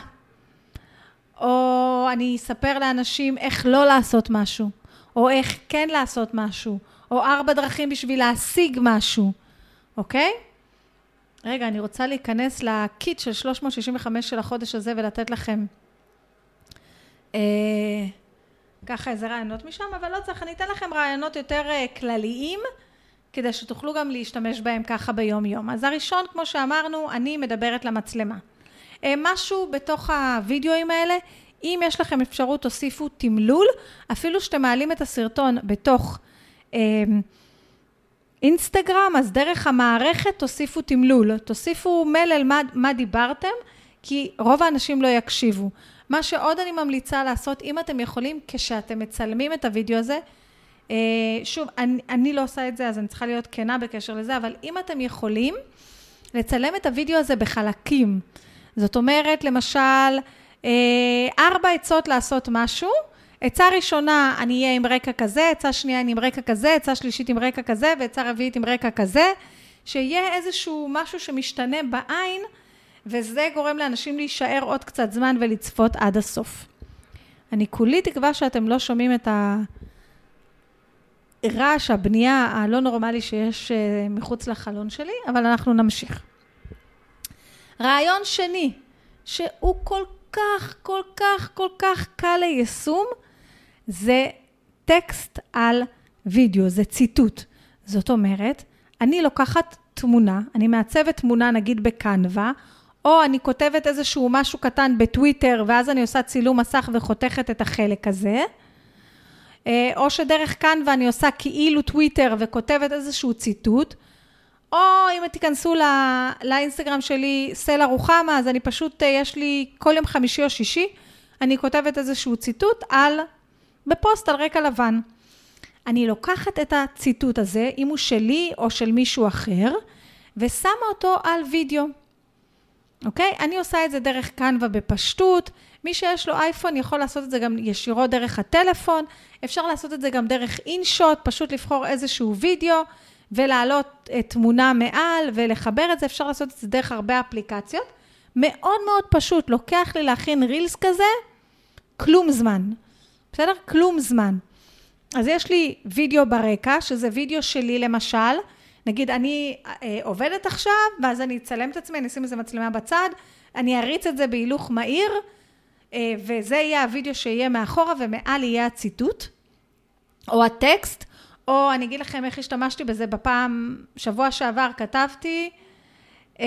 או אני אספר לאנשים איך לא לעשות משהו, או איך כן לעשות משהו, או ארבע דרכים בשביל להשיג משהו, אוקיי? רגע, אני רוצה להיכנס לקיט של שלוש מאות שישים וחמש של החודש הזה ולתת לכם אה, ככה איזה רעיונות משם, אבל לא צריך, אני אתן לכם רעיונות יותר כלליים, כדי שתוכלו גם להשתמש בהם ככה ביום יום. אז הראשון, כמו שאמרנו, אני מדברת למצלמה. משהו בתוך הוידאוים האלה, אם יש לכם אפשרות, תוסיפו תמלול, אפילו שאתם מעלים את הסרטון בתוך אה, אינסטגרם, אז דרך המערכת תוסיפו תמלול, תוסיפו מלל מה, מה דיברתם, כי רוב האנשים לא יקשיבו. מה שעוד אני ממליצה לעשות, אם אתם יכולים, כשאתם מצלמים את הוידאו הזה, אה, שוב, אני, אני לא עושה את זה, אז אני צריכה להיות כנה בקשר לזה, אבל אם אתם יכולים, לצלם את הוידאו הזה בחלקים. זאת אומרת, למשל, אה, ארבע עצות לעשות משהו, עצה ראשונה אני אהיה עם רקע כזה, עצה שנייה אני עם רקע כזה, עצה שלישית עם רקע כזה, ועצה רביעית עם רקע כזה, שיהיה איזשהו משהו שמשתנה בעין, וזה גורם לאנשים להישאר עוד קצת זמן ולצפות עד הסוף. אני כולי תקווה שאתם לא שומעים את הרעש, הבנייה הלא נורמלי שיש מחוץ לחלון שלי, אבל אנחנו נמשיך. רעיון שני, שהוא כל כך, כל כך, כל כך קל ליישום, זה טקסט על וידאו, זה ציטוט. זאת אומרת, אני לוקחת תמונה, אני מעצבת תמונה נגיד בקנווה, או אני כותבת איזשהו משהו קטן בטוויטר, ואז אני עושה צילום מסך וחותכת את החלק הזה, או שדרך קנווה אני עושה כאילו טוויטר וכותבת איזשהו ציטוט, או אם תיכנסו לא, לאינסטגרם שלי, סלע רוחמה, אז אני פשוט, יש לי כל יום חמישי או שישי, אני כותבת איזשהו ציטוט על, בפוסט על רקע לבן. אני לוקחת את הציטוט הזה, אם הוא שלי או של מישהו אחר, ושמה אותו על וידאו. אוקיי? אני עושה את זה דרך קנווה בפשטות, מי שיש לו אייפון יכול לעשות את זה גם ישירות דרך הטלפון, אפשר לעשות את זה גם דרך אינשוט, פשוט לבחור איזשהו וידאו, ולהעלות תמונה מעל ולחבר את זה, אפשר לעשות את זה דרך הרבה אפליקציות. מאוד מאוד פשוט, לוקח לי להכין רילס כזה, כלום זמן. בסדר? כלום זמן. אז יש לי וידאו ברקע, שזה וידאו שלי למשל, נגיד, אני אה, עובדת עכשיו, ואז אני אצלם את עצמי, אני אשים איזה מצלמה בצד, אני אריץ את זה בהילוך מהיר, אה, וזה יהיה הוידאו שיהיה מאחורה, ומעל יהיה הציטוט, או הטקסט, או אני אגיד לכם איך השתמשתי בזה בפעם, שבוע שעבר כתבתי, אה,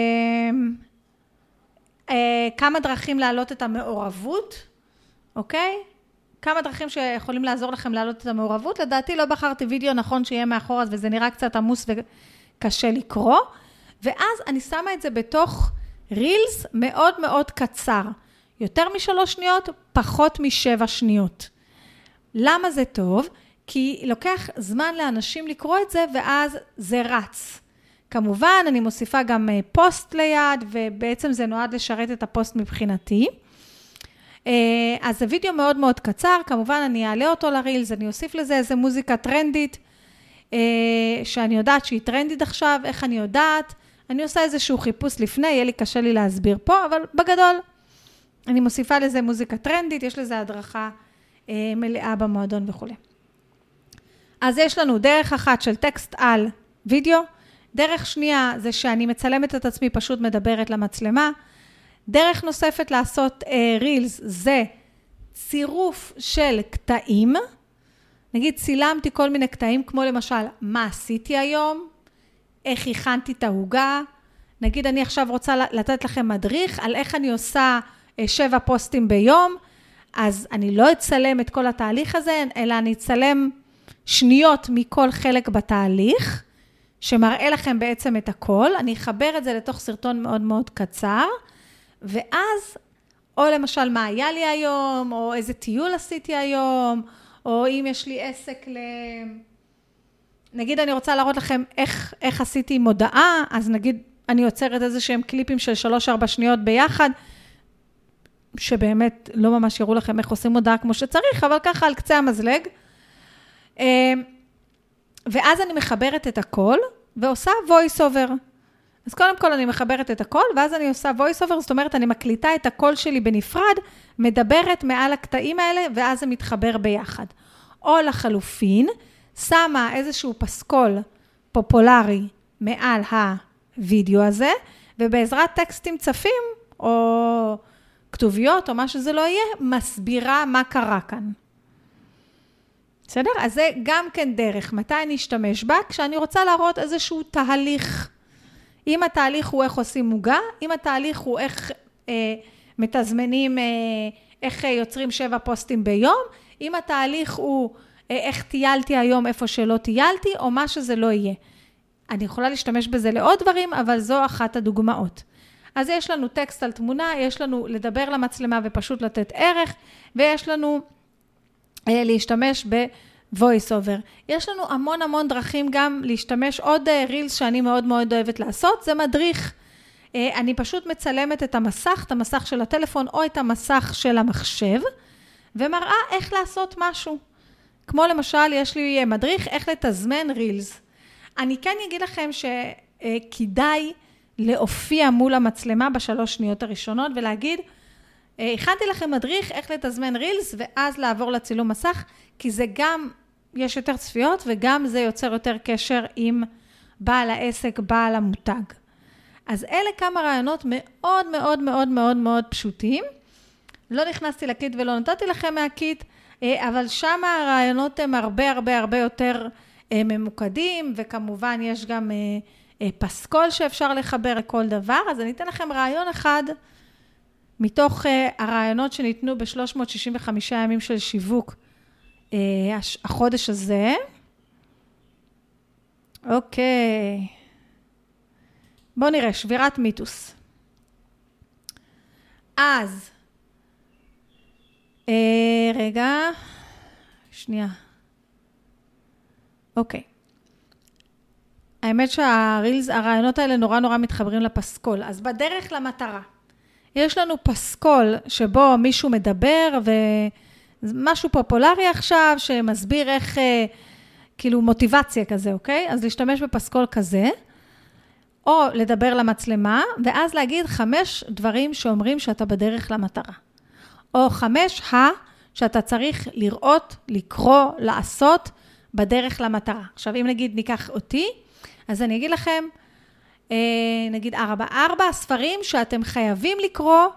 אה, כמה דרכים להעלות את המעורבות, אוקיי? כמה דרכים שיכולים לעזור לכם להעלות את המעורבות. לדעתי לא בחרתי וידאו נכון שיהיה מאחור, וזה נראה קצת עמוס וקשה לקרוא. ואז אני שמה את זה בתוך רילס מאוד מאוד קצר. יותר משלוש שניות, פחות משבע שניות. למה זה טוב? כי לוקח זמן לאנשים לקרוא את זה, ואז זה רץ. כמובן, אני מוסיפה גם פוסט ליד, ובעצם זה נועד לשרת את הפוסט מבחינתי. אז זה וידאו מאוד מאוד קצר, כמובן אני אעלה אותו לרילס, אני אוסיף לזה איזה מוזיקה טרנדית, שאני יודעת שהיא טרנדית עכשיו, איך אני יודעת, אני עושה איזשהו חיפוש לפני, יהיה לי קשה לי להסביר פה, אבל בגדול, אני מוסיפה לזה מוזיקה טרנדית, יש לזה הדרכה מלאה במועדון וכו'. אז יש לנו דרך אחת של טקסט על וידאו, דרך שנייה זה שאני מצלמת את עצמי, פשוט מדברת למצלמה, דרך נוספת לעשות רילס uh, זה צירוף של קטעים, נגיד צילמתי כל מיני קטעים, כמו למשל מה עשיתי היום, איך הכנתי את ההוגה, נגיד אני עכשיו רוצה לתת לכם מדריך על איך אני עושה uh, שבע פוסטים ביום, אז אני לא אצלם את כל התהליך הזה, אלא אני אצלם שניות מכל חלק בתהליך, שמראה לכם בעצם את הכל, אני אחבר את זה לתוך סרטון מאוד מאוד קצר, ואז, או למשל מה היה לי היום, או איזה טיול עשיתי היום, או אם יש לי עסק ל... נגיד אני רוצה להראות לכם איך, איך עשיתי מודעה, אז נגיד אני יוצרת איזה שהם קליפים של שלוש ארבע שניות ביחד, שבאמת לא ממש יראו לכם איך עושים מודעה כמו שצריך, אבל ככה על קצה המזלג. ואז אני מחברת את הכל, ועושה voice over. אז קודם כל אני מחברת את הכל, ואז אני עושה voice over, זאת אומרת, אני מקליטה את הקול שלי בנפרד, מדברת מעל הקטעים האלה, ואז זה מתחבר ביחד. או לחלופין, שמה איזשהו פסקול פופולרי מעל הוידאו הזה, ובעזרת טקסטים צפים, או כתוביות, או מה שזה לא יהיה, מסבירה מה קרה כאן. בסדר? אז זה גם כן דרך. מתי אני אשתמש בה? כשאני רוצה להראות איזשהו תהליך. אם התהליך הוא איך עושים מוגה, אם התהליך הוא איך אה, מתזמנים, אה, איך יוצרים שבע פוסטים ביום, אם התהליך הוא אה, איך טיילתי היום איפה שלא טיילתי, או מה שזה לא יהיה. אני יכולה להשתמש בזה לעוד דברים, אבל זו אחת הדוגמאות. אז יש לנו טקסט על תמונה, יש לנו לדבר למצלמה ופשוט לתת ערך, ויש לנו אה, להשתמש ב-voice over. יש לנו המון המון דרכים גם להשתמש, עוד רילס שאני מאוד מאוד אוהבת לעשות, זה מדריך. אה, אני פשוט מצלמת את המסך, את המסך של הטלפון, או את המסך של המחשב, ומראה איך לעשות משהו. כמו למשל, יש לי מדריך איך לתזמן רילס. אני כן אגיד לכם שכדאי להופיע מול המצלמה בשלוש שניות הראשונות, ולהגיד, הכנתי לכם מדריך איך לתזמן רילס, ואז לעבור לצילום מסך, כי זה גם, יש יותר צפיות, וגם זה יוצר יותר קשר עם בעל העסק, בעל המותג. אז אלה כמה רעיונות מאוד מאוד מאוד מאוד מאוד פשוטים. לא נכנסתי לקיט ולא נתתי לכם מהקיט, אבל שם הרעיונות הם הרבה הרבה הרבה יותר ממוקדים, וכמובן יש גם פסקול שאפשר לחבר לכל דבר. אז אני אתן לכם רעיון אחד, מתוך הרעיונות שניתנו ב-שלוש מאות שישים וחמישה ימים של שיווק החודש הזה. אוקיי. בואו נראה, שבירת מיתוס. אז, אה, רגע, שנייה. אוקיי. האמת שהרילס, הרעיונות האלה נורא נורא מתחברים לפסקול. אז בדרך למטרה. יש לנו פסקול שבו מישהו מדבר, ומשהו פופולרי עכשיו, שמסביר איך, כאילו מוטיבציה כזה, אוקיי? אז להשתמש בפסקול כזה, או לדבר למצלמה, ואז להגיד חמש דברים שאומרים שאתה בדרך למטרה. או חמש ה, שאתה צריך לראות, לקרוא, לעשות, בדרך למטרה. עכשיו, אם נגיד ניקח אותי, אז אני אגיד לכם, נגיד ארבע, ארבע הספרים שאתם חייבים לקרוא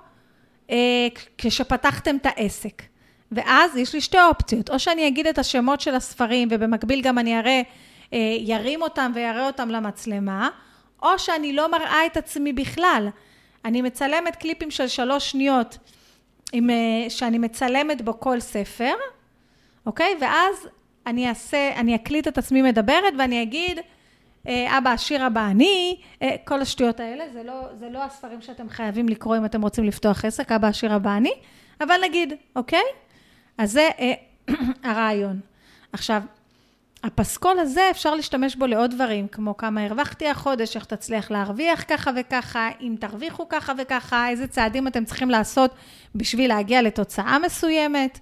כשפתחתם את העסק. ואז יש לי שתי אופציות, או שאני אגיד את השמות של הספרים, ובמקביל גם אני אראה, ירים אותם ויראה אותם למצלמה, או שאני לא מראה את עצמי בכלל. אני מצלמת קליפים של שלוש שניות, עם, שאני מצלמת בו כל ספר, אוקיי? ואז אני אעשה, אני אקליט את עצמי מדברת, ואני אגיד, אבא, השיר הבא אני, כל השטויות האלה, זה לא, זה לא הספרים שאתם חייבים לקרוא אם אתם רוצים לפתוח עסק, אבא, השיר הבא אני, אבל נגיד, אוקיי? אז זה הרעיון. עכשיו, הפסקול הזה אפשר להשתמש בו לעוד דברים, כמו כמה הרווחתי החודש, איך תצליח להרוויח ככה וככה, אם תרוויחו ככה וככה, איזה צעדים אתם צריכים לעשות בשביל להגיע לתוצאה מסוימת.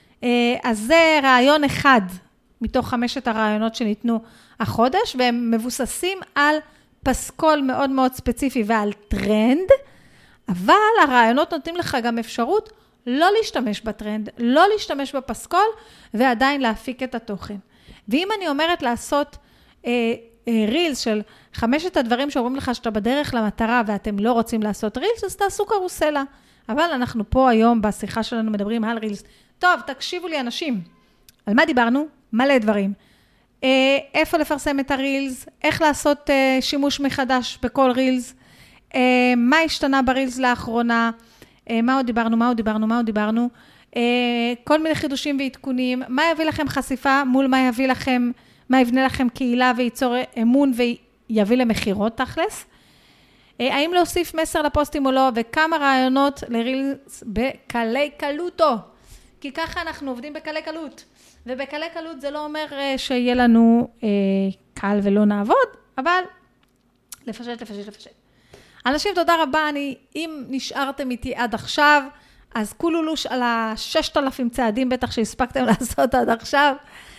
אז זה רעיון אחד מתוך חמשת הרעיונות שניתנו החודש, והם מבוססים על פסקול מאוד מאוד ספציפי ועל טרנד, אבל הרעיונות נותנים לך גם אפשרות לא להשתמש בטרנד, לא להשתמש בפסקול, ועדיין להפיק את התוכן. ואם אני אומרת לעשות אה, אה, רילס של חמשת הדברים שאומרים לך שאתה בדרך למטרה, ואתם לא רוצים לעשות רילס, אז תעשו קרוסלה. אבל אנחנו פה היום בשיחה שלנו מדברים על רילס. טוב, תקשיבו לי אנשים. על מה דיברנו? מלא דברים. אה, איפה לפרסם את הרילס? איך לעשות אה, שימוש מחדש בכל רילס? אה, מה השתנה ברילס לאחרונה? אה, מה עוד דיברנו? מה עוד דיברנו? מה עוד דיברנו? כל מיני חידושים ועדכונים, מה יביא לכם חשיפה מול מה יביא לכם, מה יבנה לכם קהילה וייצור אמון ויביא למחירות תכלס. האם להוסיף מסר לפוסטים או לא, וכמה רעיונות לרילס בקלי קלותו. כי ככה אנחנו עובדים בקלי קלות. ובקלי קלות זה לא אומר שיהיה לנו אה, קל ולא נעבוד, אבל לפשט, לפשט, לפשט. אנשים, תודה רבה, אני, אם נשארתם איתי עד עכשיו, אז כולולוש על ה-ששת אלפים צעדים בטח שהספקתם לעשות עד עכשיו,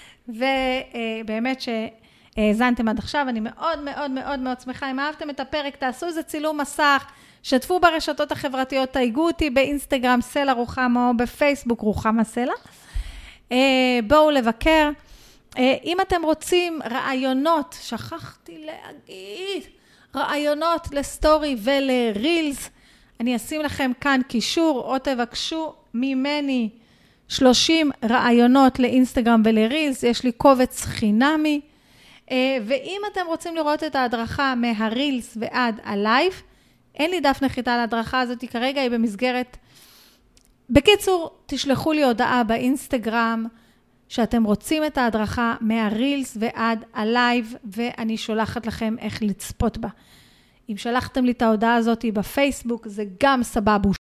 ובאמת שהזנתם עד עכשיו, אני מאוד מאוד מאוד מאוד שמחה, אם אהבתם את הפרק, תעשו איזה צילום מסך, שתפו ברשתות החברתיות, תייגו אותי באינסטגרם סלע רוחמה, או בפייסבוק רוחמה סלע, בואו לבקר, אם אתם רוצים רעיונות, שכחתי להגיד, רעיונות לסטורי ולרילס, אני אשים לכם כאן קישור, או תבקשו ממני שלושים רעיונות לאינסטגרם ולרילס, יש לי קובץ חינמי, ואם אתם רוצים לראות את ההדרכה מהרילס ועד הלייב, אין לי דף נחיתה להדרכה הזאת, כרגע היא במסגרת, בקיצור, תשלחו לי הודעה באינסטגרם, שאתם רוצים את ההדרכה מהרילס ועד הלייב, ואני שולחת לכם איך לצפות בה. אם שלחתם לי את ההודעה הזאת בפייסבוק, זה גם סבבה.